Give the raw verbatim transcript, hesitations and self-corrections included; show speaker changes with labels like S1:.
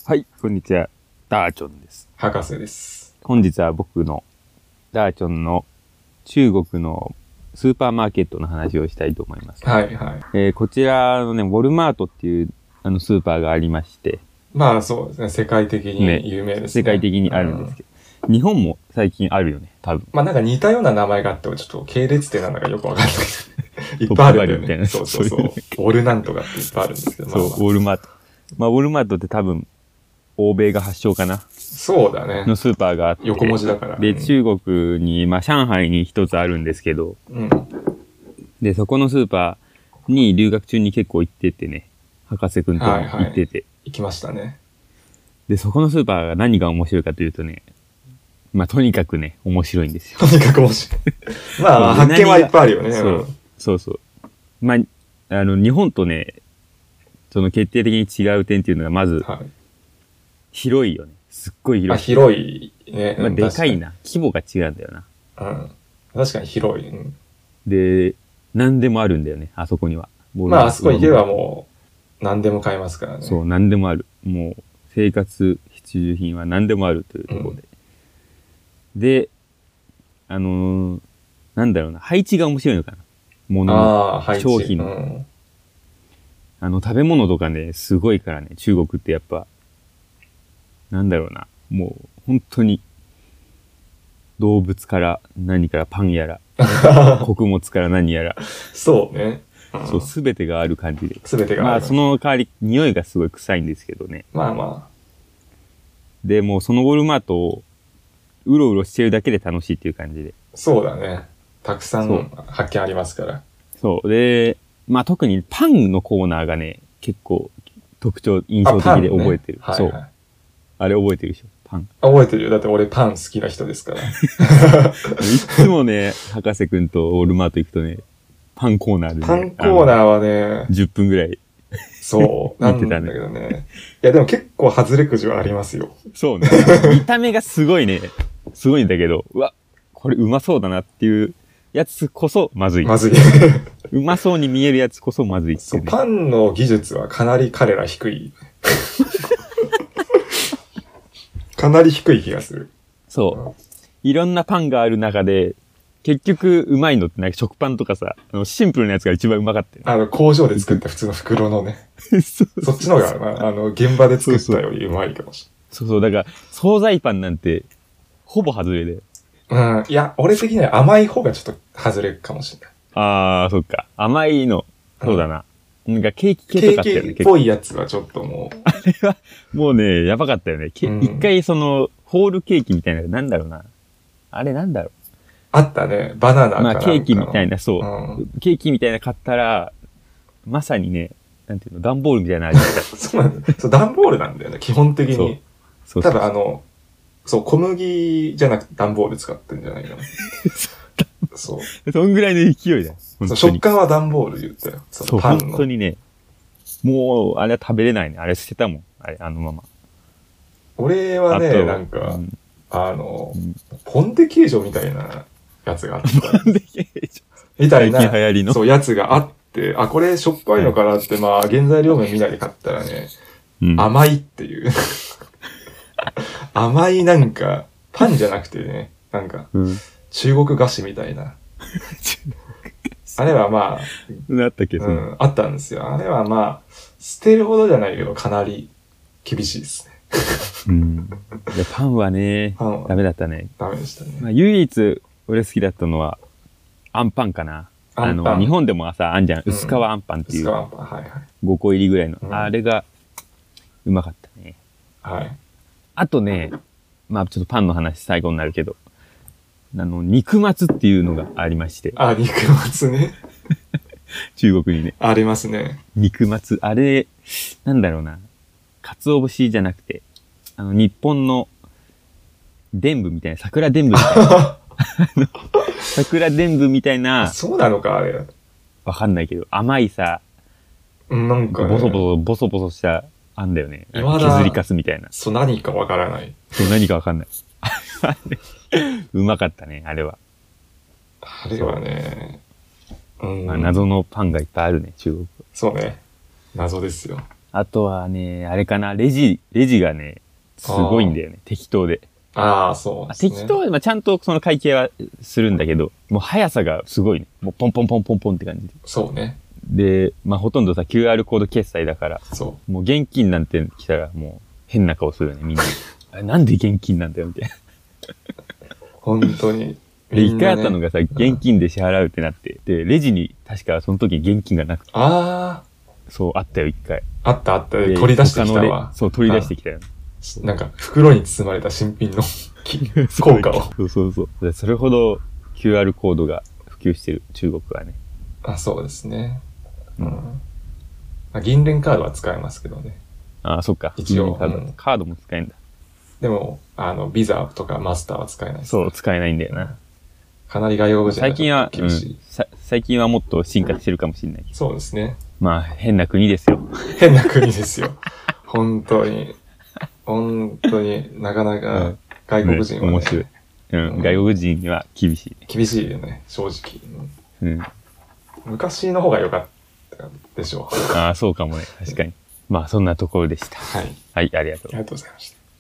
S1: はい、こんにちは。ダーチョンです。
S2: 博士です。
S1: 本日は僕のダーチョンの中国のスーパーマーケットの話をしたいと思います。
S2: はいはい。
S1: えー、こちらのね、ウォルマートっていうあのスーパーがありまして。
S2: まあそうですね、世界的に有名ですね。ね
S1: 世界的にあるんですけど、うん。日本も最近あるよね、多分。
S2: まあなんか似たような名前があって、ちょっと系列店なんだかよくわかんないけど。いっぱいあるんだよね。みたいなそうそうそう。ウォルなんとかっていっぱいあるんですけど。
S1: そう、まあまあ、ウォルマート。まあウォルマートって多分、欧米が発祥かな。
S2: そうだね。
S1: のスーパーがあって。
S2: 横文字だから。
S1: で、うん、中国に、まあ上海に一つあるんですけど、
S2: うん、
S1: で、そこのスーパーに留学中に結構行っててね、博士くんと行ってて、はいはい。
S2: 行きましたね。
S1: で、そこのスーパーが何が面白いかというとね、まあとにかくね、面白いんですよ。
S2: とにかく面白い。まあ、発見はいっぱいあるよね。
S1: そう、そうそう。まあ、あの、日本とね、その決定的に違う点っていうのがまず、はい、広いよね。すっごい広い。
S2: あ、広いね。
S1: まあ、でかいな。規模が違うんだよな。
S2: うん。確かに広い。うん、
S1: で、何でもあるんだよね、あそこには。
S2: まあ、あそこ行けばもう、何でも買えますからね。
S1: そう、何でもある。もう、生活必需品は何でもあるというところで。うん、で、あのー、なんだろうな、配置が面白いのかな。物の、商品の、うん。あの、食べ物とかね、すごいからね、中国ってやっぱ、なんだろうな、もう、本当に、動物から何からパンやら、穀物から何やら。
S2: そうね。
S1: うん、そう、すべてがある感じで。
S2: すべてが
S1: ある。まあ、その代わり、匂いがすごい臭いんですけどね。
S2: まあまあ。
S1: で、もうそのウォルマートを、うろうろしてるだけで楽しいっていう感じで。
S2: そうだね。たくさん発見ありますから。
S1: そう。で、まあ特にパンのコーナーがね、結構特徴、印象的で覚えてる。ね、そう、はいはい。あれ覚えてるでしょ、パン。
S2: 覚えてるよ。だって俺パン好きな人ですから。い
S1: つもね、博士くんとウォルマート行くとね、パンコーナーでね。
S2: パンコーナーはね、
S1: じゅっぷんぐらい。
S2: そう。なんだけどね。いやでも結構外れくじはありますよ。
S1: そうね。見た目がすごいね、すごいんだけど、うわ、これうまそうだなっていうやつこそまずい。
S2: まずい。
S1: うまそうに見えるやつこそまずいって、ね。
S2: そう、パンの技術はかなり彼ら低い。かなり低い気がする。
S1: そう。うん、いろんなパンがある中で、結局うまいのってなんか食パンとかさ、あのシンプルなやつが一番うまかったよ、ね。
S2: あの工場で作った普通の袋のね。そうそっちの方が、あの、現場で作ったよりうまいかもしれない。
S1: そうそう、だから、惣菜パンなんて、ほぼ外れで。
S2: うん、いや、俺的には甘い方がちょっと外れかもしれない。
S1: あー、そっか。甘いの、そうだな。うん、なんかケーキ系とかあったよね。
S2: ケーキっぽいやつはちょっともう。
S1: あれは、もうね、やばかったよね。一、うん、回その、ホールケーキみたいな、なんだろうな。あれなんだろう。
S2: あったね。バナナかな。
S1: まあ、ケーキみたいな、そう、うん。ケーキみたいな買ったら、まさにね、なんていうの、段ボールみたいな味だった。
S2: そうなんだ。そう、段ボールなんだよね、基本的に。そうそうそう、多分あの、そう、小麦じゃなくて段ボール使ってんじゃないかな。そう。
S1: そんぐらいの勢いだよ。
S2: そう、食感は段ボール言ったよ。
S1: そそう、本当にね、もう、あれは食べれないね。あれ捨てたもん。あれ、あのまま。
S2: 俺はね、なんか、うん、あの、うん、ポンデケージョみたいなやつがあった。
S1: ポンデケージョ
S2: みたいな、
S1: 最近流行りの
S2: そう、やつがあって、あ、これしょっぱいのかなって、はい、まあ、原材料名見ないで買ったらね、うん、甘いっていう。甘いなんか、パンじゃなくてね、なんか、うん、中国菓子みたいな。あれはまあ、
S1: なったっけ、
S2: うん、あったんですよ。あれはまあ、捨てるほどじゃないけど、かなり厳しいですね。
S1: うん。いや、パンはね、パンはダメだったね。
S2: ダメでしたね。
S1: まあ、唯一、俺好きだったのは、アンパンかな。あの、日本でもさ、あんじゃん。薄皮アンパンっていう。
S2: 薄皮アンパン、はいはい。
S1: ごこ入りぐらいの。うん、あれが、うまかったね。
S2: はい。
S1: あとね、まあちょっとパンの話最後になるけど、あの、肉松っていうのがありまして。
S2: あ、肉松ね。
S1: 中国にね。
S2: ありますね。
S1: 肉松。あれ、なんだろうな。鰹節じゃなくて、あの、日本の、伝部みたいな、桜伝部みたいな。桜伝部みたいな。
S2: そうなのか、あれ。
S1: わかんないけど、甘いさ、
S2: なんか、ね、
S1: ボソボソ、ボソボソした、あんだよね。削りかすみたいな。
S2: そう、何かわからない。
S1: そう、何かわかんない。うまかったね、あれは。
S2: あれはね、
S1: うん、まあ、謎のパンがいっぱいあるね、中国。
S2: そうね。謎ですよ。
S1: あとはね、あれかな、レジ、レジがね、すごいんだよね。適当で。
S2: ああ、そうですね。
S1: 適当で、まあ、ちゃんとその会計はするんだけど、もう速さがすごいね。もうポンポンポンポンポンって感じで。
S2: そうね。
S1: で、まあ、ほとんどさ、キューアール コード決済だから、
S2: そう。
S1: もう現金なんて来たらもう変な顔するよね、みんな。あれなんで現金なんだよ、みたいな。
S2: 本当に。
S1: で、一回あったのがさ、現金で支払うってなって、で、レジに確かその時現金がなくて。
S2: ああ。
S1: そう、あったよ、一回。
S2: あったあった。取り出してきたわ。
S1: そう、取り出してきたよ。
S2: なんか、袋に包まれた新品の効果を。
S1: そうそうそう。それほど キューアール コードが普及してる、中国はね。
S2: あ、そうですね。うん。まあ、銀聯カードは使えますけどね。
S1: ああ、そっか。
S2: 一応。
S1: カード、うん、カードも使えんだ。
S2: でも、あの、ビザとかマスターは使えないです。
S1: そう、使えないんだよな。
S2: かなり外国人
S1: 最近は、
S2: 厳しい、
S1: うん、最近はもっと進化してるかもしれないけど。
S2: そうですね。
S1: まあ、変な国ですよ。
S2: 変な国ですよ。本当に。本当になかなか外国人は、ね、
S1: 面白い、うん。うん。外国人には厳しい。
S2: 厳しいよね、正直。
S1: うん。
S2: 昔の方が良かったでしょう。
S1: ああ、そうかもね。確かに。まあ、そんなところでした。
S2: はい。
S1: はい、ありがとう。
S2: ありがとうございました。